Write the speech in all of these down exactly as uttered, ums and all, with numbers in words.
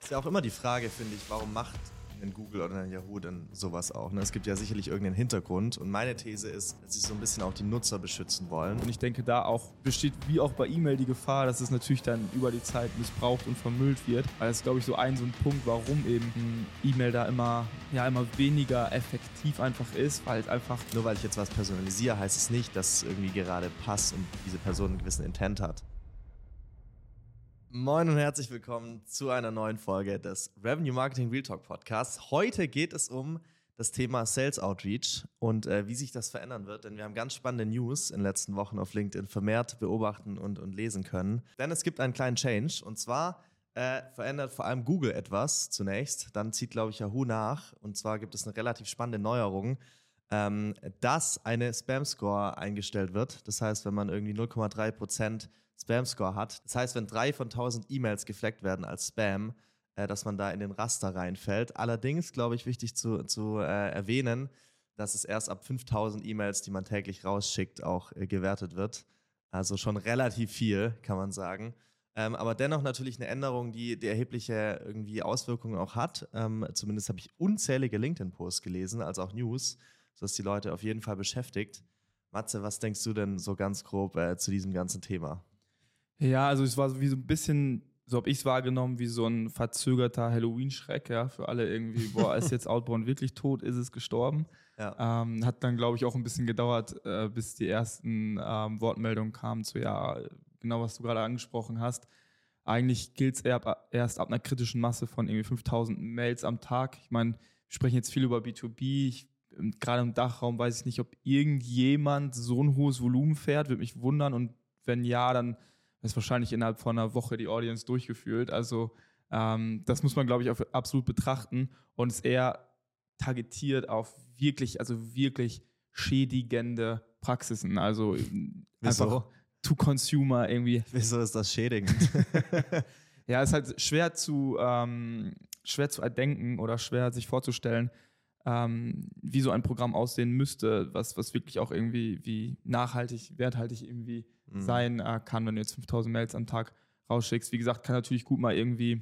Ist ja auch immer die Frage, finde ich, warum macht ein Google oder ein Yahoo denn sowas auch? Ne? Es gibt ja sicherlich irgendeinen Hintergrund und meine These ist, dass sie so ein bisschen auch die Nutzer beschützen wollen. Und ich denke, da auch besteht wie auch bei E-Mail die Gefahr, dass es natürlich dann über die Zeit missbraucht und vermüllt wird. Weil das ist, glaube ich, so ein, so ein Punkt, warum eben E-Mail da immer, ja, immer weniger effektiv einfach ist, weil es einfach... Nur weil ich jetzt was personalisiere, heißt es nicht, dass es irgendwie gerade passt und diese Person einen gewissen Intent hat. Moin und herzlich willkommen zu einer neuen Folge des Revenue Marketing Real Talk Podcasts. Heute geht es um das Thema Sales Outreach und äh, wie sich das verändern wird, denn wir haben ganz spannende News in den letzten Wochen auf LinkedIn vermehrt beobachten und, und lesen können. Denn es gibt einen kleinen Change und zwar äh, verändert vor allem Google etwas zunächst, dann zieht, glaube ich, Yahoo nach und zwar gibt es eine relativ spannende Neuerung, ähm, dass eine Spam-Score eingestellt wird. Das heißt, wenn man irgendwie null Komma drei Prozent Spam-Score hat. Das heißt, wenn drei von tausend E-Mails gefleckt werden als Spam, äh, dass man da in den Raster reinfällt. Allerdings, glaube ich, wichtig zu, zu äh, erwähnen, dass es erst ab fünftausend E-Mails, die man täglich rausschickt, auch äh, gewertet wird. Also schon relativ viel, kann man sagen. Ähm, aber dennoch natürlich eine Änderung, die, die erhebliche irgendwie Auswirkungen auch hat. Ähm, zumindest habe ich unzählige LinkedIn-Posts gelesen, als auch News, sodass die Leute auf jeden Fall beschäftigt. Matze, was denkst du denn so ganz grob äh, zu diesem ganzen Thema? Ja, also es war so wie so ein bisschen, so habe ich es wahrgenommen, wie so ein verzögerter Halloween-Schreck, ja, für alle irgendwie, boah, ist jetzt Outbound wirklich tot, ist es gestorben? Ja. Ähm, hat dann, glaube ich, auch ein bisschen gedauert, äh, bis die ersten ähm, Wortmeldungen kamen zu, ja, genau was du gerade angesprochen hast. Eigentlich gilt es erst ab einer kritischen Masse von irgendwie fünftausend Mails am Tag. Ich meine, wir sprechen jetzt viel über B zwei B, ich, gerade im Dachraum weiß ich nicht, ob irgendjemand so ein hohes Volumen fährt, würde mich wundern und wenn ja, dann ist wahrscheinlich innerhalb von einer Woche die Audience durchgeführt. Also ähm, das muss man, glaube ich, auf, absolut betrachten und ist eher targetiert auf wirklich, also wirklich schädigende Praxisen. Also Wieso? einfach to consumer irgendwie. Wieso ist das schädigend? Ja, ist halt schwer zu, ähm, schwer zu erdenken oder schwer sich vorzustellen, ähm, wie so ein Programm aussehen müsste, was, was wirklich auch irgendwie wie nachhaltig, werthaltig irgendwie mhm. sein äh, kann, wenn du jetzt fünftausend Mails am Tag rausschickst. Wie gesagt, kann natürlich gut mal irgendwie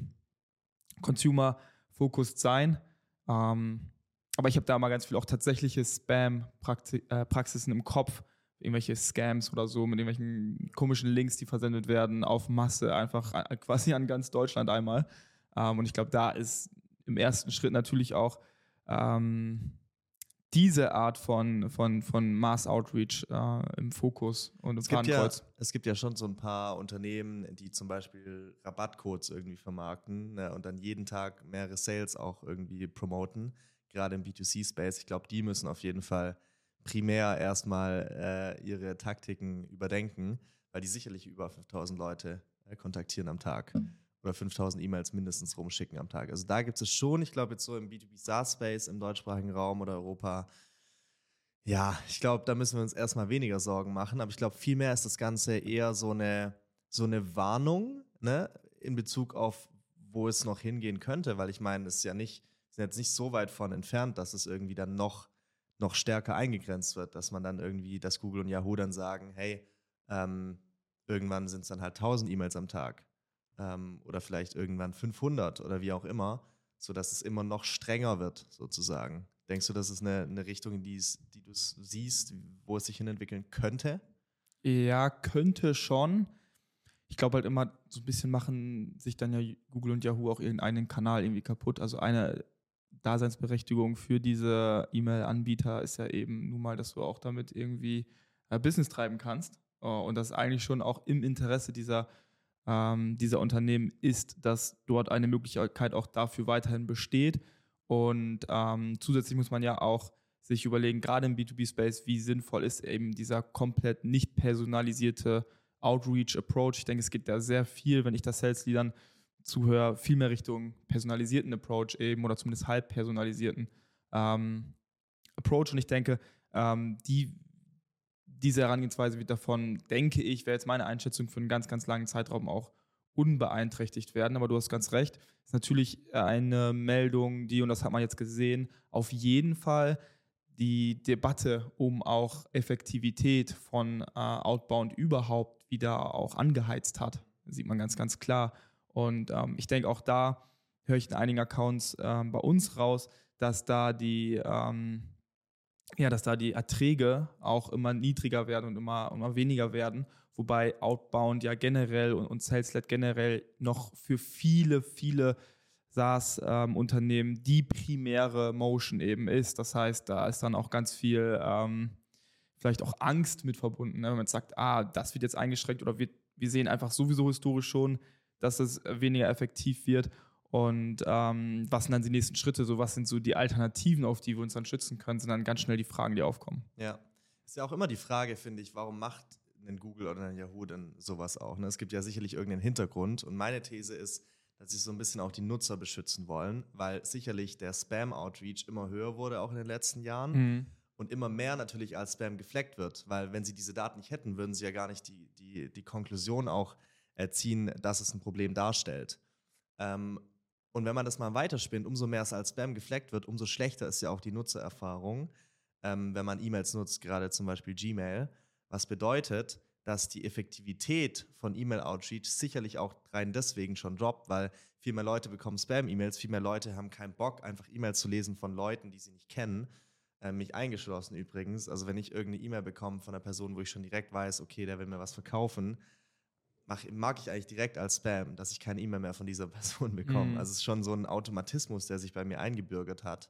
consumer-focused sein. Ähm, aber ich habe da mal ganz viel auch tatsächliche Spam-Praxisen im Kopf, irgendwelche Scams oder so, mit irgendwelchen komischen Links, die versendet werden, auf Masse, einfach quasi an ganz Deutschland einmal. Ähm, und ich glaube, da ist im ersten Schritt natürlich auch ähm, diese Art von, von, von Mass Outreach äh, im Fokus und im es gibt, ja, Fadenkreuz. es gibt ja schon so ein paar Unternehmen, die zum Beispiel Rabattcodes irgendwie vermarkten, ne, und dann jeden Tag mehrere Sales auch irgendwie promoten, gerade im B zwei C-Space. Ich glaube, die müssen auf jeden Fall primär erstmal äh, ihre Taktiken überdenken, weil die sicherlich über fünftausend Leute äh, kontaktieren am Tag oder fünftausend E-Mails mindestens rumschicken am Tag. Also da gibt es schon, ich glaube jetzt so im B zwei B SaaS-Space im deutschsprachigen Raum oder Europa, ja, ich glaube, da müssen wir uns erstmal weniger Sorgen machen, aber ich glaube, vielmehr ist das Ganze eher so eine, so eine Warnung, ne, in Bezug auf, wo es noch hingehen könnte, weil ich meine, es ist ja nicht, sind jetzt nicht so weit von entfernt, dass es irgendwie dann noch noch stärker eingegrenzt wird, dass man dann irgendwie, dass Google und Yahoo dann sagen, hey, ähm, irgendwann sind es dann halt tausend E-Mails am Tag ähm, oder vielleicht irgendwann fünfhundert oder wie auch immer, sodass es immer noch strenger wird sozusagen. Denkst du, das ist eine, eine Richtung, in die, es, die du siehst, wo es sich hinentwickeln könnte? Ja, könnte schon. Ich glaube halt immer, so ein bisschen machen sich dann ja Google und Yahoo auch ihren eigenen Kanal irgendwie kaputt. Also eine Daseinsberechtigung für diese E-Mail-Anbieter ist ja eben nun mal, dass du auch damit irgendwie äh, Business treiben kannst. Uh, und das eigentlich schon auch im Interesse dieser, ähm, dieser Unternehmen ist, dass dort eine Möglichkeit auch dafür weiterhin besteht. Und ähm, zusätzlich muss man ja auch sich überlegen, gerade im B zwei B-Space, wie sinnvoll ist eben dieser komplett nicht personalisierte Outreach-Approach. Ich denke, es geht da sehr viel, wenn ich das Sales-Leadern zuhöre, viel mehr Richtung personalisierten Approach eben oder zumindest halb personalisierten ähm, Approach. Und ich denke, ähm, die, diese Herangehensweise wird davon, denke ich, wäre jetzt meine Einschätzung, für einen ganz, ganz langen Zeitraum auch unbeeinträchtigt werden. Aber du hast ganz recht, ist natürlich eine Meldung, die, und das hat man jetzt gesehen, auf jeden Fall die Debatte um auch Effektivität von äh, Outbound überhaupt wieder auch angeheizt hat. Das sieht man ganz, ganz klar. Und ähm, ich denke auch da höre ich in einigen Accounts ähm, bei uns raus, dass da die ähm, ja, dass da die Erträge auch immer niedriger werden und immer, immer weniger werden, wobei Outbound ja generell und, und SalesLed generell noch für viele, viele SaaS-Unternehmen ähm, die primäre Motion eben ist. Das heißt, da ist dann auch ganz viel ähm, vielleicht auch Angst mit verbunden, ne? Wenn man sagt, ah, das wird jetzt eingeschränkt oder wir, wir sehen einfach sowieso historisch schon, dass es weniger effektiv wird. Und ähm, was sind dann die nächsten Schritte? So, was sind so die Alternativen, auf die wir uns dann schützen können, sind dann ganz schnell die Fragen, die aufkommen. Ja, ist ja auch immer die Frage, finde ich, warum macht ein Google oder ein Yahoo denn sowas auch? Ne? Es gibt ja sicherlich irgendeinen Hintergrund. Und meine These ist, dass sie so ein bisschen auch die Nutzer beschützen wollen, weil sicherlich der Spam-Outreach immer höher wurde, auch in den letzten Jahren. Mhm. Und immer mehr natürlich als Spam gefleckt wird, weil wenn sie diese Daten nicht hätten, würden sie ja gar nicht die, die, die Konklusion auch ziehen, dass es ein Problem darstellt. Ähm, und wenn man das mal weiterspinnt, umso mehr es als Spam gefleckt wird, umso schlechter ist ja auch die Nutzererfahrung, ähm, wenn man E-Mails nutzt, gerade zum Beispiel Gmail, was bedeutet, dass die Effektivität von E-Mail-Outreach sicherlich auch rein deswegen schon droppt, weil viel mehr Leute bekommen Spam-E-Mails, viel mehr Leute haben keinen Bock, einfach E-Mails zu lesen von Leuten, die sie nicht kennen, äh, mich eingeschlossen übrigens. Also wenn ich irgendeine E-Mail bekomme von einer Person, wo ich schon direkt weiß, okay, der will mir was verkaufen, mach, mag ich eigentlich direkt als Spam, dass ich keine E-Mail mehr von dieser Person bekomme. Mhm. Also es ist schon so ein Automatismus, der sich bei mir eingebürgert hat,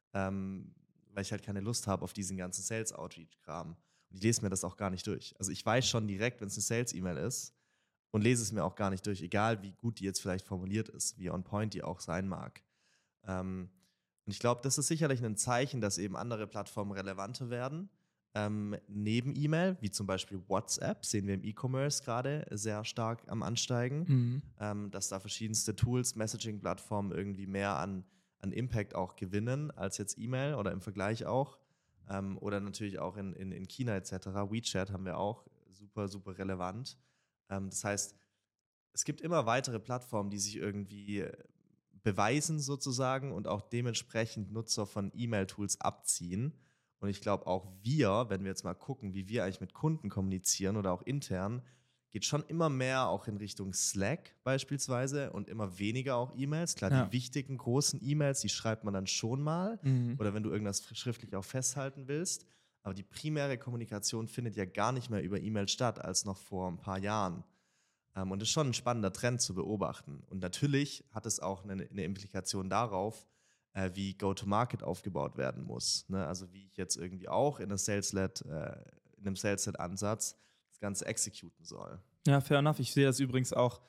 ähm, weil ich halt keine Lust habe auf diesen ganzen Sales-Outreach-Kram. Und ich lese mir das auch gar nicht durch. Also ich weiß schon direkt, wenn es eine Sales-E-Mail ist und lese es mir auch gar nicht durch, egal wie gut die jetzt vielleicht formuliert ist, wie on point die auch sein mag. Ähm, und ich glaube, das ist sicherlich ein Zeichen, dass eben andere Plattformen relevanter werden. Ähm, neben E-Mail, wie zum Beispiel WhatsApp, sehen wir im E-Commerce gerade sehr stark am Ansteigen, Mhm. ähm, dass da verschiedenste Tools, Messaging-Plattformen irgendwie mehr an, an Impact auch gewinnen als jetzt E-Mail oder im Vergleich auch. Ähm, oder natürlich auch in, in, in China et cetera. WeChat haben wir auch, super, super relevant. Ähm, das heißt, es gibt immer weitere Plattformen, die sich irgendwie beweisen sozusagen und auch dementsprechend Nutzer von E-Mail-Tools abziehen. Und ich glaube auch wir, wenn wir jetzt mal gucken, wie wir eigentlich mit Kunden kommunizieren oder auch intern, geht schon immer mehr auch in Richtung Slack beispielsweise und immer weniger auch E-Mails. Klar, Ja. die wichtigen, großen E-Mails, die schreibt man dann schon mal. Mhm. Oder wenn du irgendwas schriftlich auch festhalten willst. Aber die primäre Kommunikation findet ja gar nicht mehr über E-Mail statt, als noch vor ein paar Jahren. Um, und das ist schon ein spannender Trend zu beobachten. Und natürlich hat es auch eine, eine Implikation darauf, äh, wie Go-to-Market aufgebaut werden muss. Ne? Also wie ich jetzt irgendwie auch in, einer Sales-led, äh, in einem Sales-led-Ansatz das Ganze exekuten soll. Ja, fair enough. Ich sehe das übrigens auch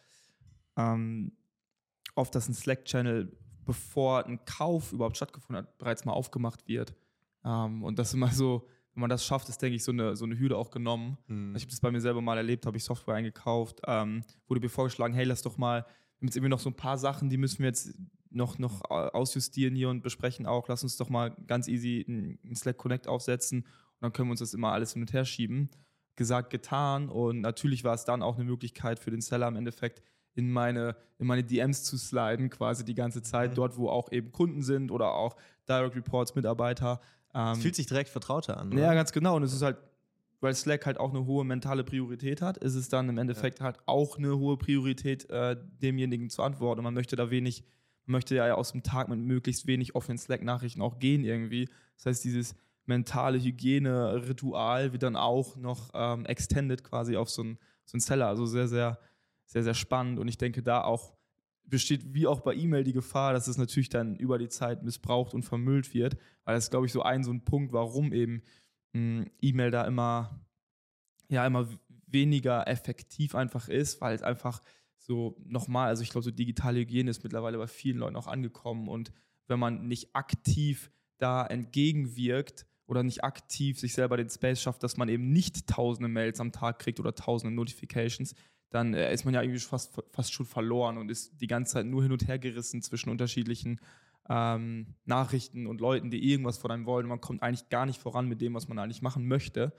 ähm, oft, dass ein Slack-Channel, bevor ein Kauf überhaupt stattgefunden hat, bereits mal aufgemacht wird. Ähm, und das ist immer so, wenn man das schafft, ist, denke ich, so eine, so eine Hürde auch genommen. Hm. Ich habe das bei mir selber mal erlebt, habe ich Software eingekauft, ähm, wurde mir vorgeschlagen, hey, lass doch mal, wir haben jetzt irgendwie noch so ein paar Sachen, die müssen wir jetzt noch, noch ausjustieren hier und besprechen auch, lass uns doch mal ganz easy einen Slack Connect aufsetzen und dann können wir uns das immer alles hin und her schieben. Gesagt, getan, und natürlich war es dann auch eine Möglichkeit für den Seller im Endeffekt, in meine, in meine D Ms zu sliden, quasi die ganze Zeit, Mhm. dort, wo auch eben Kunden sind oder auch Direct Reports, Mitarbeiter. Es Ähm, fühlt sich direkt vertrauter an. Oder? ja, ganz genau. Und es ist halt, weil Slack halt auch eine hohe mentale Priorität hat, ist es dann im Endeffekt ja. halt auch eine hohe Priorität, äh, demjenigen zu antworten. Und man möchte da wenig, man möchte ja aus dem Tag mit möglichst wenig offenen Slack-Nachrichten auch gehen irgendwie. Das heißt, dieses mentale Hygiene-Ritual wird dann auch noch ähm, extended quasi auf so einen so einen Seller. Also sehr, sehr, sehr, sehr spannend. Und ich denke, da auch besteht wie auch bei E-Mail die Gefahr, dass es natürlich dann über die Zeit missbraucht und vermüllt wird. Weil das ist, glaube ich, so ein, so ein Punkt, warum eben mh, E-Mail da immer, ja, immer weniger effektiv einfach ist, weil es einfach so nochmal, also ich glaube, so digitale Hygiene ist mittlerweile bei vielen Leuten auch angekommen. Und wenn man nicht aktiv da entgegenwirkt oder nicht aktiv sich selber den Space schafft, dass man eben nicht tausende Mails am Tag kriegt oder tausende Notifications, dann äh, ist man ja irgendwie fast, fast schon verloren und ist die ganze Zeit nur hin und her gerissen zwischen unterschiedlichen ähm, Nachrichten und Leuten, die irgendwas von einem wollen. Und man kommt eigentlich gar nicht voran mit dem, was man eigentlich machen möchte.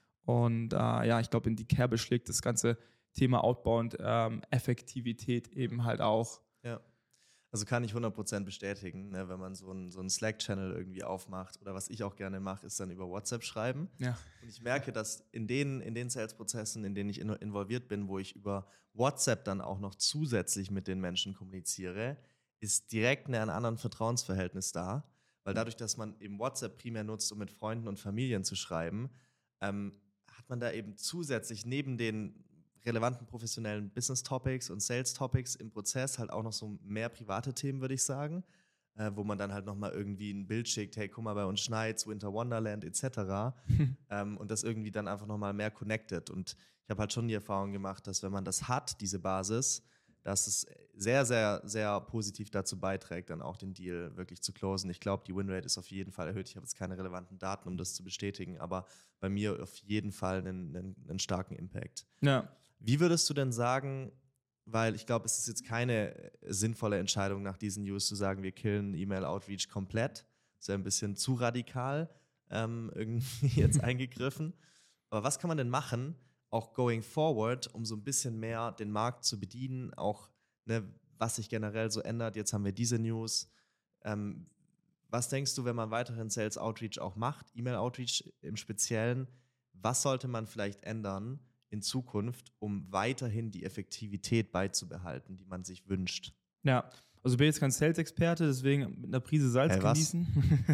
Und äh, ja, ich glaube, in die Kerbe schlägt das ganze Thema Outbound ähm, Effektivität eben halt auch. Ja. Also kann ich hundert Prozent bestätigen, ne, wenn man so einen so einen Slack-Channel irgendwie aufmacht, oder was ich auch gerne mache, ist dann über WhatsApp schreiben. Ja. Und ich merke, dass in den, in den Sales-Prozessen, in denen ich in, involviert bin, wo ich über WhatsApp dann auch noch zusätzlich mit den Menschen kommuniziere, ist direkt ein anderes Vertrauensverhältnis da, weil dadurch, dass man eben WhatsApp primär nutzt, um mit Freunden und Familien zu schreiben, ähm, hat man da eben zusätzlich neben den relevanten professionellen Business-Topics und Sales-Topics im Prozess halt auch noch so mehr private Themen, würde ich sagen, äh, wo man dann halt nochmal irgendwie ein Bild schickt, hey, guck mal, bei uns schneit's, Winter Wonderland et cetera. ähm, und das irgendwie dann einfach nochmal mehr connected. Und ich habe halt schon die Erfahrung gemacht, dass wenn man das hat, diese Basis, dass es sehr, sehr, sehr positiv dazu beiträgt, dann auch den Deal wirklich zu closen. Ich glaube, die Winrate ist auf jeden Fall erhöht. Ich habe jetzt keine relevanten Daten, um das zu bestätigen, aber bei mir auf jeden Fall einen, einen, einen starken Impact. Ja. Wie würdest du denn sagen, weil ich glaube, es ist jetzt keine sinnvolle Entscheidung nach diesen News zu sagen, wir killen E-Mail-Outreach komplett. Das wäre ein bisschen zu radikal ähm, irgendwie jetzt eingegriffen. Aber was kann man denn machen, auch going forward, um so ein bisschen mehr den Markt zu bedienen, auch ne, was sich generell so ändert. Jetzt haben wir diese News. Ähm, was denkst du, wenn man weiterhin Sales Outreach auch macht, E-Mail Outreach im Speziellen, was sollte man vielleicht ändern in Zukunft, um weiterhin die Effektivität beizubehalten, die man sich wünscht? Ja, also ich bin jetzt kein Sales-Experte, deswegen mit einer Prise Salz Hey, was? genießen.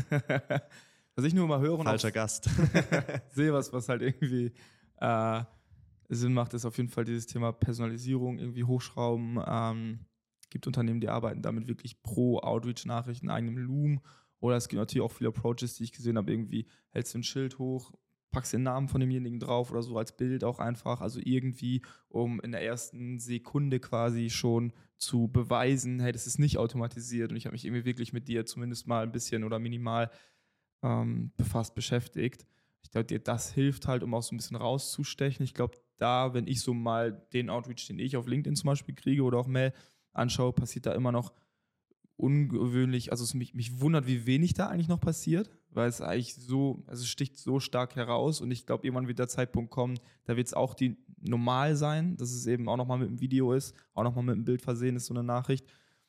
Was ich nur mal höre und Falscher auch Gast. sehe, was, was halt irgendwie äh, Sinn macht, ist auf jeden Fall dieses Thema Personalisierung irgendwie hochschrauben. Ähm, gibt Unternehmen, die arbeiten damit wirklich pro Outreach-Nachrichten, eigenem Loom. Oder es gibt natürlich auch viele Approaches, die ich gesehen habe, irgendwie hältst du ein Schild hoch, packst den Namen von demjenigen drauf oder so als Bild auch einfach. Also irgendwie, um in der ersten Sekunde quasi schon zu beweisen, hey, das ist nicht automatisiert. Und ich habe mich irgendwie wirklich mit dir zumindest mal ein bisschen oder minimal ähm, befasst, beschäftigt. Ich glaube, dir das hilft halt, um auch so ein bisschen rauszustechen. Ich glaube, da, wenn ich so mal den Outreach, den ich auf LinkedIn zum Beispiel kriege oder auch Mail anschaue, passiert da immer noch ungewöhnlich, also es mich, mich wundert, wie wenig da eigentlich noch passiert, weil es eigentlich so, also es sticht so stark heraus und ich glaube, irgendwann wird der Zeitpunkt kommen, da wird es auch die normal sein, dass es eben auch nochmal mit einem Video ist, auch nochmal mit einem Bild versehen ist, so eine Nachricht.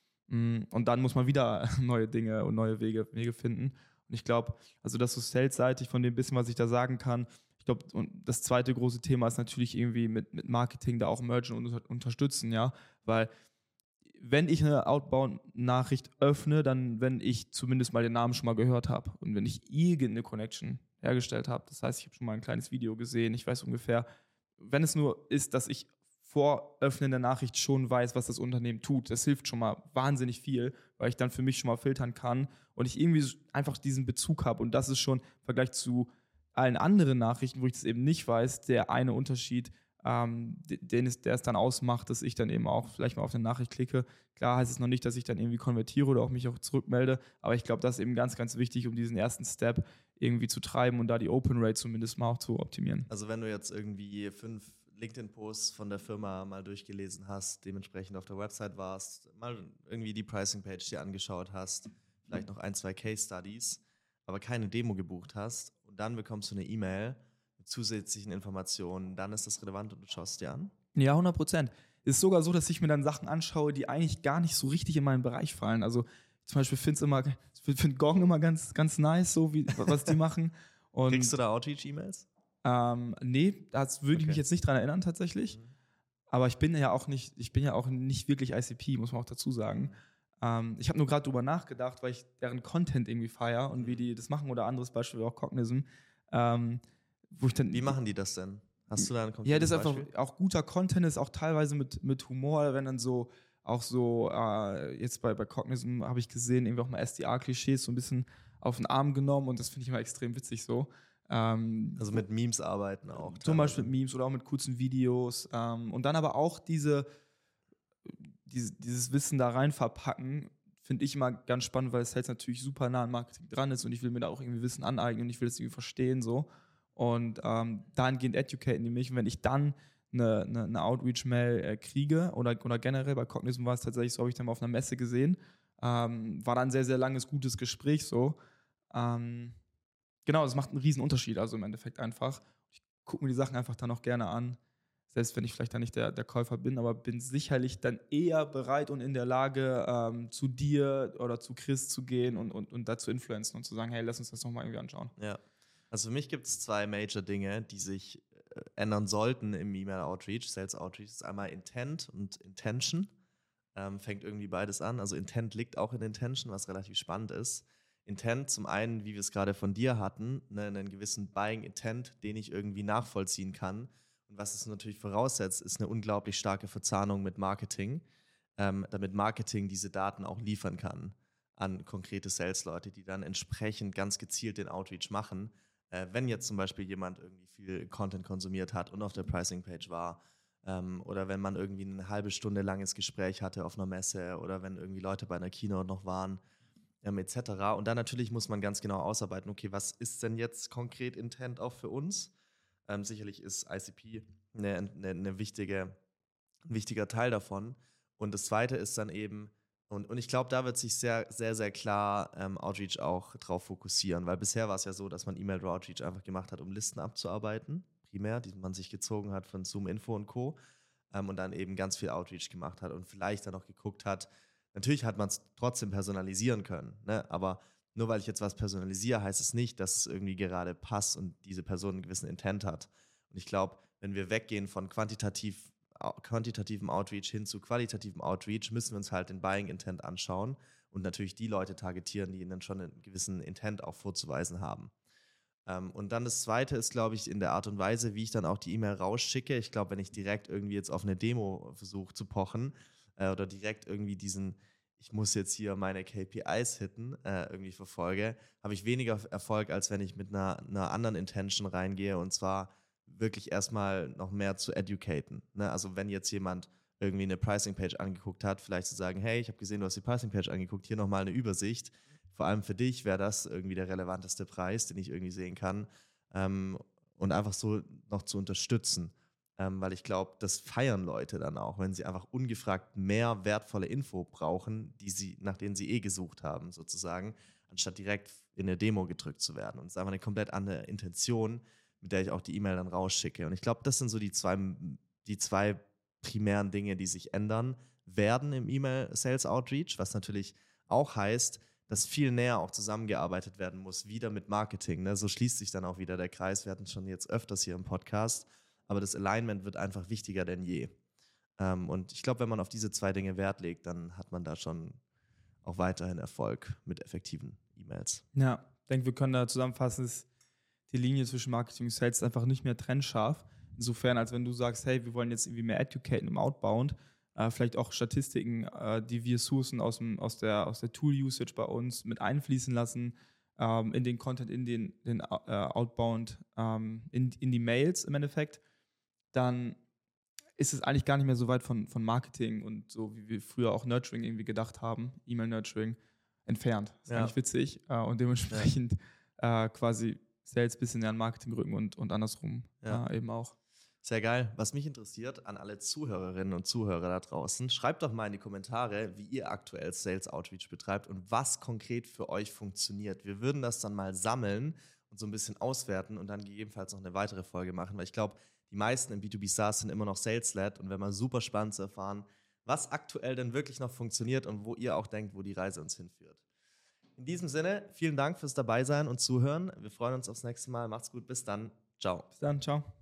Und dann muss man wieder neue Dinge und neue Wege, Wege finden. Und ich glaube, also das so salesseitig von dem bisschen, was ich da sagen kann, ich glaube, und das zweite große Thema ist natürlich irgendwie mit, mit Marketing da auch mergen und unter, unterstützen, ja, weil wenn ich eine Outbound-Nachricht öffne, dann, wenn ich zumindest mal den Namen schon mal gehört habe und wenn ich irgendeine Connection hergestellt habe, das heißt, ich habe schon mal ein kleines Video gesehen, ich weiß ungefähr, wenn es nur ist, dass ich vor Öffnen der Nachricht schon weiß, was das Unternehmen tut, das hilft schon mal wahnsinnig viel, weil ich dann für mich schon mal filtern kann und ich irgendwie einfach diesen Bezug habe und das ist schon im Vergleich zu allen anderen Nachrichten, wo ich das eben nicht weiß, der eine Unterschied, ähm, den es, der es dann ausmacht, dass ich dann eben auch vielleicht mal auf eine Nachricht klicke. Klar heißt es noch nicht, dass ich dann irgendwie konvertiere oder auch mich auch zurückmelde, aber ich glaube, das ist eben ganz, ganz wichtig, um diesen ersten Step irgendwie zu treiben und da die Open Rate zumindest mal auch zu optimieren. Also wenn du jetzt irgendwie fünf LinkedIn-Posts von der Firma mal durchgelesen hast, dementsprechend auf der Website warst, mal irgendwie die Pricing-Page dir angeschaut hast, vielleicht noch ein, zwei Case-Studies, aber keine Demo gebucht hast und dann bekommst du eine E-Mail mit zusätzlichen Informationen, dann ist das relevant und du schaust dir an? Ja, hundert Prozent. Es ist sogar so, dass ich mir dann Sachen anschaue, die eigentlich gar nicht so richtig in meinen Bereich fallen. Also zum Beispiel finde ich immer, find Gong immer ganz, ganz nice, so wie was die machen. Und, Kriegst du da Outreach-E-Mails? Ähm, nee, das würde Okay. ich mich jetzt nicht dran erinnern tatsächlich. Mhm. Aber ich bin ja auch nicht, ich bin ja auch nicht wirklich I C P, muss man auch dazu sagen. Ähm, ich habe nur gerade drüber nachgedacht, weil ich deren Content irgendwie feiere und wie die das machen oder anderes Beispiel wie auch Cognism. Ähm, wo ich dann, Wie machen die das denn? Hast du da ein ja, das ist konkretes einfach Beispiel? auch guter Content, ist auch teilweise mit, mit Humor, wenn dann so, auch so, äh, jetzt bei, bei Cognism habe ich gesehen, irgendwie auch mal S D R-Klischees so ein bisschen auf den Arm genommen und das finde ich immer extrem witzig so. Ähm, Also mit Memes arbeiten auch. Zum teilweise. Beispiel mit Memes oder auch mit kurzen Videos. Ähm, und dann aber auch diese, diese, dieses Wissen da rein verpacken, finde ich immer ganz spannend, weil Sales natürlich super nah an Marketing dran ist und ich will mir da auch irgendwie Wissen aneignen und ich will das irgendwie verstehen so. Und ähm, dahingehend educaten die mich. Und wenn ich dann eine, eine, eine Outreach-Mail äh, kriege oder, oder generell bei Cognism war es tatsächlich so, habe ich dann mal auf einer Messe gesehen, ähm, war dann ein sehr, sehr langes, gutes Gespräch so. Ähm, genau, es macht einen riesen Unterschied, also im Endeffekt einfach. Ich gucke mir die Sachen einfach dann auch gerne an, selbst wenn ich vielleicht dann nicht der, der Käufer bin, aber bin sicherlich dann eher bereit und in der Lage, ähm, zu dir oder zu Chris zu gehen und, und, und dazu influenzen und zu sagen, hey, lass uns das nochmal irgendwie anschauen. Ja. Also für mich gibt es zwei Major-Dinge, die sich äh, ändern sollten im E-Mail-Outreach, Sales-Outreach. Das ist einmal Intent und Intention. ähm, fängt irgendwie beides an. Also Intent liegt auch in Intention, was relativ spannend ist. Intent zum einen, wie wir es gerade von dir hatten, ne, einen gewissen Buying-Intent, den ich irgendwie nachvollziehen kann. Und was es natürlich voraussetzt, ist eine unglaublich starke Verzahnung mit Marketing, ähm, damit Marketing diese Daten auch liefern kann an konkrete Sales-Leute, die dann entsprechend ganz gezielt den Outreach machen. Äh, wenn jetzt zum Beispiel jemand irgendwie viel Content konsumiert hat und auf der Pricing-Page war, ähm, oder wenn man irgendwie eine halbe Stunde langes Gespräch hatte auf einer Messe oder wenn irgendwie Leute bei einer Keynote noch waren, ähm, et cetera. Und dann natürlich muss man ganz genau ausarbeiten, okay, was ist denn jetzt konkret Intent auch für uns? Ähm, sicherlich ist I C P eine, eine, eine wichtige, ein wichtiger Teil davon. Und das Zweite ist dann eben, und, und ich glaube, da wird sich sehr, sehr, sehr klar ähm, Outreach auch drauf fokussieren, weil bisher war es ja so, dass man E-Mail-Outreach einfach gemacht hat, um Listen abzuarbeiten, primär, die man sich gezogen hat von Zoom Info und Co. Ähm, und dann eben ganz viel Outreach gemacht hat und vielleicht dann noch geguckt hat, natürlich hat man es trotzdem personalisieren können, ne? Aber nur weil ich jetzt was personalisiere, heißt es nicht, dass es irgendwie gerade passt und diese Person einen gewissen Intent hat. Und ich glaube, wenn wir weggehen von quantitativ, quantitativem Outreach hin zu qualitativem Outreach, müssen wir uns halt den Buying Intent anschauen und natürlich die Leute targetieren, die ihnen schon einen gewissen Intent auch vorzuweisen haben. Ähm, und dann das Zweite ist, glaube ich, in der Art und Weise, wie ich dann auch die E-Mail rausschicke. Ich glaube, wenn ich direkt irgendwie jetzt auf eine Demo versuche zu pochen äh, oder direkt irgendwie diesen, ich muss jetzt hier meine K P Is hitten, äh, irgendwie verfolge, habe ich weniger Erfolg, als wenn ich mit einer, einer anderen Intention reingehe und zwar wirklich erstmal noch mehr zu educaten. Ne? Also wenn jetzt jemand irgendwie eine Pricing-Page angeguckt hat, vielleicht zu sagen, hey, ich habe gesehen, du hast die Pricing-Page angeguckt, hier nochmal eine Übersicht. Vor allem für dich wäre das irgendwie der relevanteste Preis, den ich irgendwie sehen kann. Ähm, und einfach so noch zu unterstützen. Ähm, weil ich glaube, das feiern Leute dann auch, wenn sie einfach ungefragt mehr wertvolle Info brauchen, die sie, nach denen sie eh gesucht haben, sozusagen, anstatt direkt in eine Demo gedrückt zu werden. Und es ist einfach eine komplett andere Intention, mit der ich auch die E-Mail dann rausschicke. Und ich glaube, das sind so die zwei, die zwei primären Dinge, die sich ändern werden im E-Mail-Sales-Outreach, was natürlich auch heißt, dass viel näher auch zusammengearbeitet werden muss, wieder mit Marketing. Ne? So schließt sich dann auch wieder der Kreis. Wir hatten schon jetzt öfters hier im Podcast, aber das Alignment wird einfach wichtiger denn je. Ähm, und ich glaube, wenn man auf diese zwei Dinge Wert legt, dann hat man da schon auch weiterhin Erfolg mit effektiven E-Mails. Ja, ich denke, wir können da zusammenfassen, ist die Linie zwischen Marketing und Sales einfach nicht mehr trennscharf. Insofern, als wenn du sagst, hey, wir wollen jetzt irgendwie mehr educaten im Outbound, äh, vielleicht auch Statistiken, äh, die wir sourcen aus, dem, aus der, aus der Tool-Usage bei uns mit einfließen lassen, ähm, in den Content, in den, den äh, Outbound, ähm, in, in die Mails im Endeffekt, dann ist es eigentlich gar nicht mehr so weit von, von Marketing und so, wie wir früher auch Nurturing irgendwie gedacht haben, E-Mail-Nurturing, entfernt. Das ist Ja. eigentlich witzig äh, und dementsprechend ja. äh, quasi Sales ein bisschen an Marketing rücken und, und andersrum ja. äh, eben auch. Sehr geil. Was mich interessiert an alle Zuhörerinnen und Zuhörer da draußen, schreibt doch mal in die Kommentare, wie ihr aktuell Sales Outreach betreibt und was konkret für euch funktioniert. Wir würden das dann mal sammeln und so ein bisschen auswerten und dann gegebenenfalls noch eine weitere Folge machen, weil ich glaube, die meisten im B zwei B SaaS sind immer noch Sales-led und wäre mal super spannend zu erfahren, was aktuell denn wirklich noch funktioniert und wo ihr auch denkt, wo die Reise uns hinführt. In diesem Sinne, vielen Dank fürs Dabeisein und Zuhören. Wir freuen uns aufs nächste Mal. Macht's gut. Bis dann. Ciao. Bis dann. Ciao.